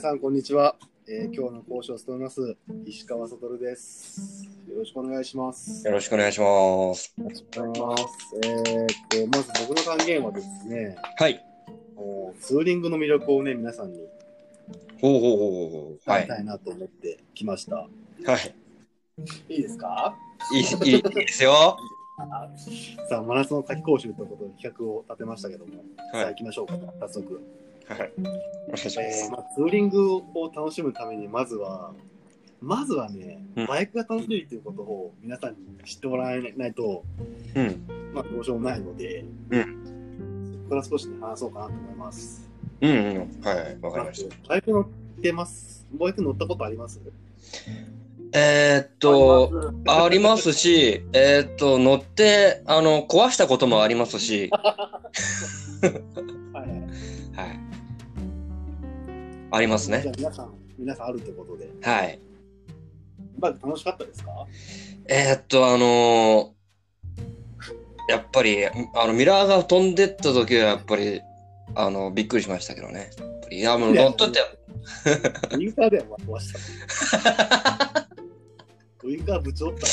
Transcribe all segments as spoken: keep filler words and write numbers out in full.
さんこんにちは、えー、今日の講師を務めます石川悟です。よろしくお願いします。 よろしくお願いします。 よろしくお願いします。えー、とまず僕の還元はですね、 はい。 ツーリングの魅力をね皆さんにほうほうほうほう。 伝えたいなと思ってきました。 はい。 いいですか？ いい、いい、いいですよ。 さあ、真夏の夏季講習ということで企画を立てましたけども、 はい、 さあ行きましょうか。早速。 はい。お願いします。 えーまあ、ツーリングを楽しむためにまずはまずはね、うん、バイクが楽しいということを皆さんに知ってもらえないと、うん、まあどうしようもないので、うん、そこから少し、ね、話そうかなと思います。 うんうん、はい、わかりました。 バイク乗ってます。バイク乗ったことあります？ えー、っとありますし、えー、っと乗ってあの壊したこともありますし、はいはい。ありますね。 じゃあ皆さん皆さんあるってことで。 はい。 バイク楽しかったですか？ えー、っとあのー、やっぱりあのミラーが飛んでった時はやっぱりあのびっくりしましたけどね。いやもう乗っとってよ。 ウインカーでは壊した。ウインカーぶち折った。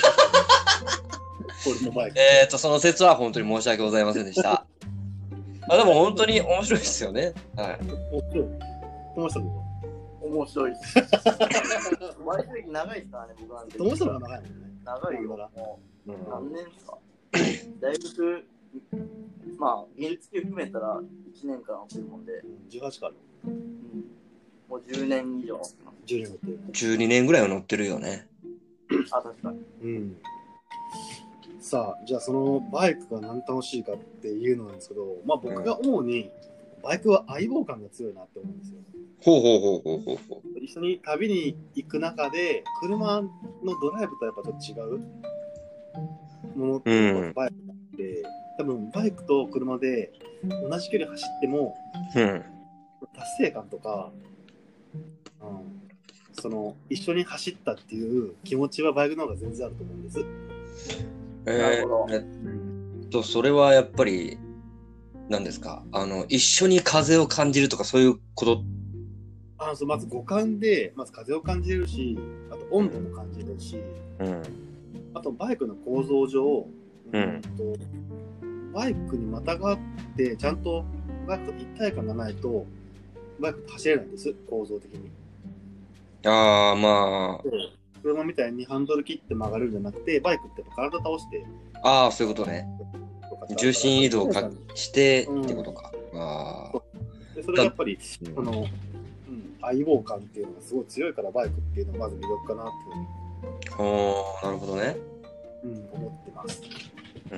俺のバイク。 えー、っとその説は本当に申し訳ございませんでした。あでも本当に面白いですよね。はい。 面白い。 面白い。バイク歴長いですからね、僕なんて。 面白いの長いもんね。 長いよ。もう何年ですか？大学、まあ、原付含めたらいちねんかん乗ってるもんで。 じゅうはちかある。 うん。もうじゅうねん以上乗ってます。 じゅうねん乗ってる。 じゅうにねんぐらいは乗ってるよね。 あ、確かに。 うん。さあ、じゃあそのバイクが何楽しいかっていうのなんですけど、まあ僕が主にバイクは相棒感が強いなって思うんですよ。 ほうほうほうほうほうほう。一緒に旅に行く中で、車のドライブとやっぱちょっと違うものっていうのがバイクがあって、うん、多分バイクと車で同じ距離走っても、うん、達成感とか、うん、その一緒に走ったっていう気持ちはバイクの方が全然あると思うんです。 えー、なるほど。えっとそれはやっぱり何ですか？あの一緒に風を感じるとかそういうこと？ あそうまず五感でまず風を感じるし、あと温度も感じるし、うん、あとバイクの構造上、うん、とバイクにまたがってちゃんとバイクと一体感がないとバイクって走れないんです、構造的に。 ああまあ。 車みたいにハンドル切って曲がるんじゃなくて、バイクってやっぱ体倒して。 ああ、そういうことね。重心移動かしてってことか。うん、ああ。 でそれがやっぱり、うん、この、うん、相棒感っていうのがすごい強いから、バイクっていうのがまず魅力かなっていうふうに。 おー、なるほどね。 うん、思ってます。うん。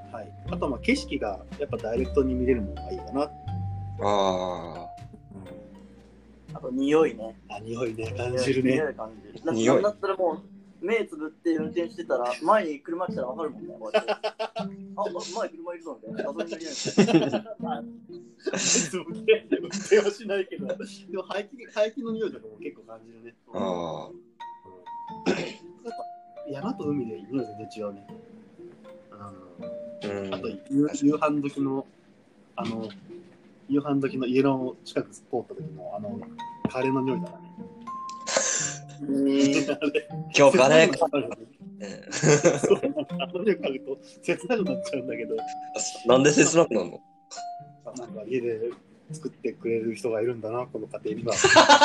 はい。あとはまあ景色がやっぱダイレクトに見れるのがいいかな。ああ。 あと匂いね。 あ、匂いね、感じるね。 匂い感じる。匂いだったらもう目つぶって運転してたら前に車来たら分かるもんね。あ、前車いるぞみたいな。ガソリンの匂い。 運転はしないけど、でも排気排気の匂いとかも結構感じるね。 ああ。 山と海で匂い全然違うね。うん。あと夕飯時のあの。夕飯時の家の近く通った時のあのカレーの匂いだからね。 今日カレーか。 あの匂い嗅ぐと切なくなっちゃうんだけど。 なんで切なくなるの？ なんか家で作ってくれる人がいるんだなこの家庭には。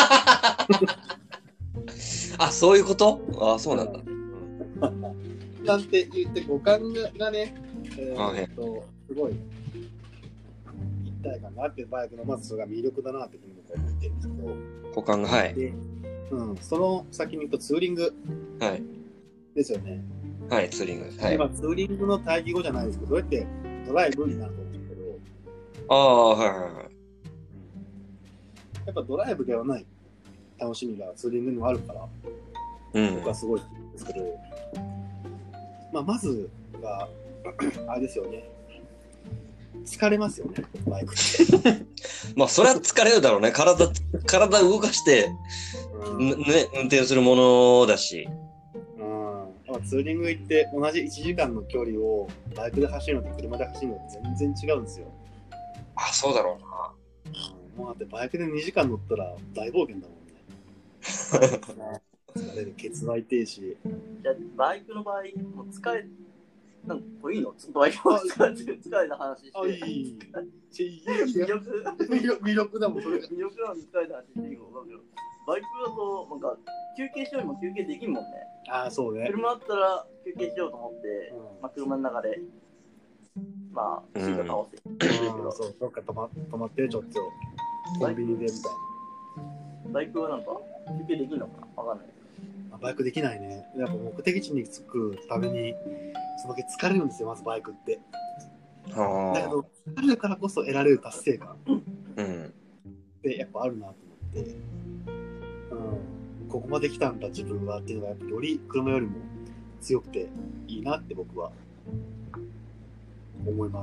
あ、そういうこと？あ、そうなんだ。 なんて言って五感がね、えー、っとすごい。一体感があってバイクのまずそれが魅力だなっていうふうに僕は思ってるんですけど、 股間がはいで、うん、その先に言うとツーリングはいですよね。 はい、ツーリング、はい、 今ツーリングの対義語じゃないですけど、どうやってドライブになると思うんですけど、 ああはいはいはい、 やっぱドライブではない楽しみがツーリングにもあるから、うん、僕はすごいんですけど、まあまずがあれですよね。疲れますよね、バイクってまあそれは疲れるだろうね。体体動かして、うん、ね運転するものだし、 うん、ツーリング行って同じいちじかんの距離をバイクで走るのと車で走るのって全然違うんですよ。 あ、そうだろうな。 もうだってバイクでにじかん乗ったら大冒険だもんね。疲れる、ケツ沸いてえし。 じゃあバイクの場合、もう疲れ、なんかこれいいのバイクの疲れ疲れた話して。 あ、いい。 魅力魅力魅力だもん、それが。 魅力なのに疲れた話していいのか分かるけど、バイクだと、なんか休憩しようにも休憩できんもんね。 ああ、そうね。 車だったら休憩しようと思って、 うんまあ、車の中で、まあ、シート倒してるけうん、 ど、 そう、どっか止ま止まって、ちょっとコンビニでみたいバイクはなんか休憩できるのかな分かんないけな。バイクできないね。やっぱ目的地に着くために、その時疲れるんですよ、まずバイクって。 あだけど、疲れるからこそ得られる達成感うん。 ってやっぱあるなと思って、うん、ここまで来たんだ自分はっていうのがやっぱより車よりも強くていいなって僕は思います。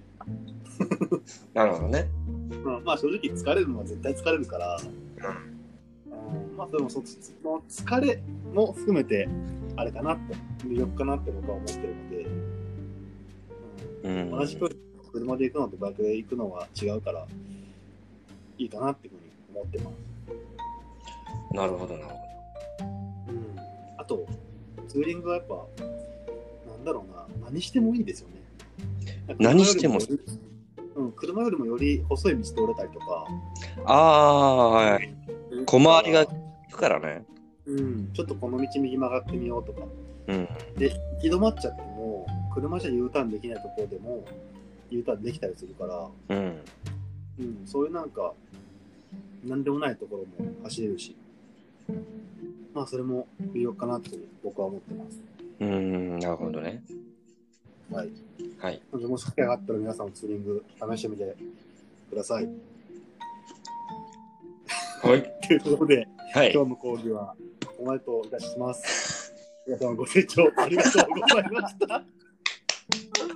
なるほどね。 うん、まあ正直疲れるのは絶対疲れるから、うん、まあでもその疲れも含めてあれかなって魅力かなって僕は思ってるので、うんうん。 同じ距離車で行くのとバイクで行くのは違うからいいかなっていうふうに思ってます。 なるほどなるほうん、あとツーリングはやっぱなんだろうな、何してもいいですよね。 何しても車よりより、うん、車よりもより細い道通れたりとか、 ど。ああ、はい。小回りが効くからね。 うん、ちょっとこの道右曲がってみようとか。 うん。 で、行き止まっちゃっても、車じゃ U ターンできないところでも U ターンできたりするから、 うん。 うん、そういうなんか、なんでもないところも走れるし、まあそれも魅力かなと僕は思ってます。 うーん、なるほどね。 はい。 はい。 もし機会があったら皆さんもツーリング試してみてください。 はい。 ということで、 はい。 今日の講義はおめでとういたします。皆様ご清聴ありがとうございました。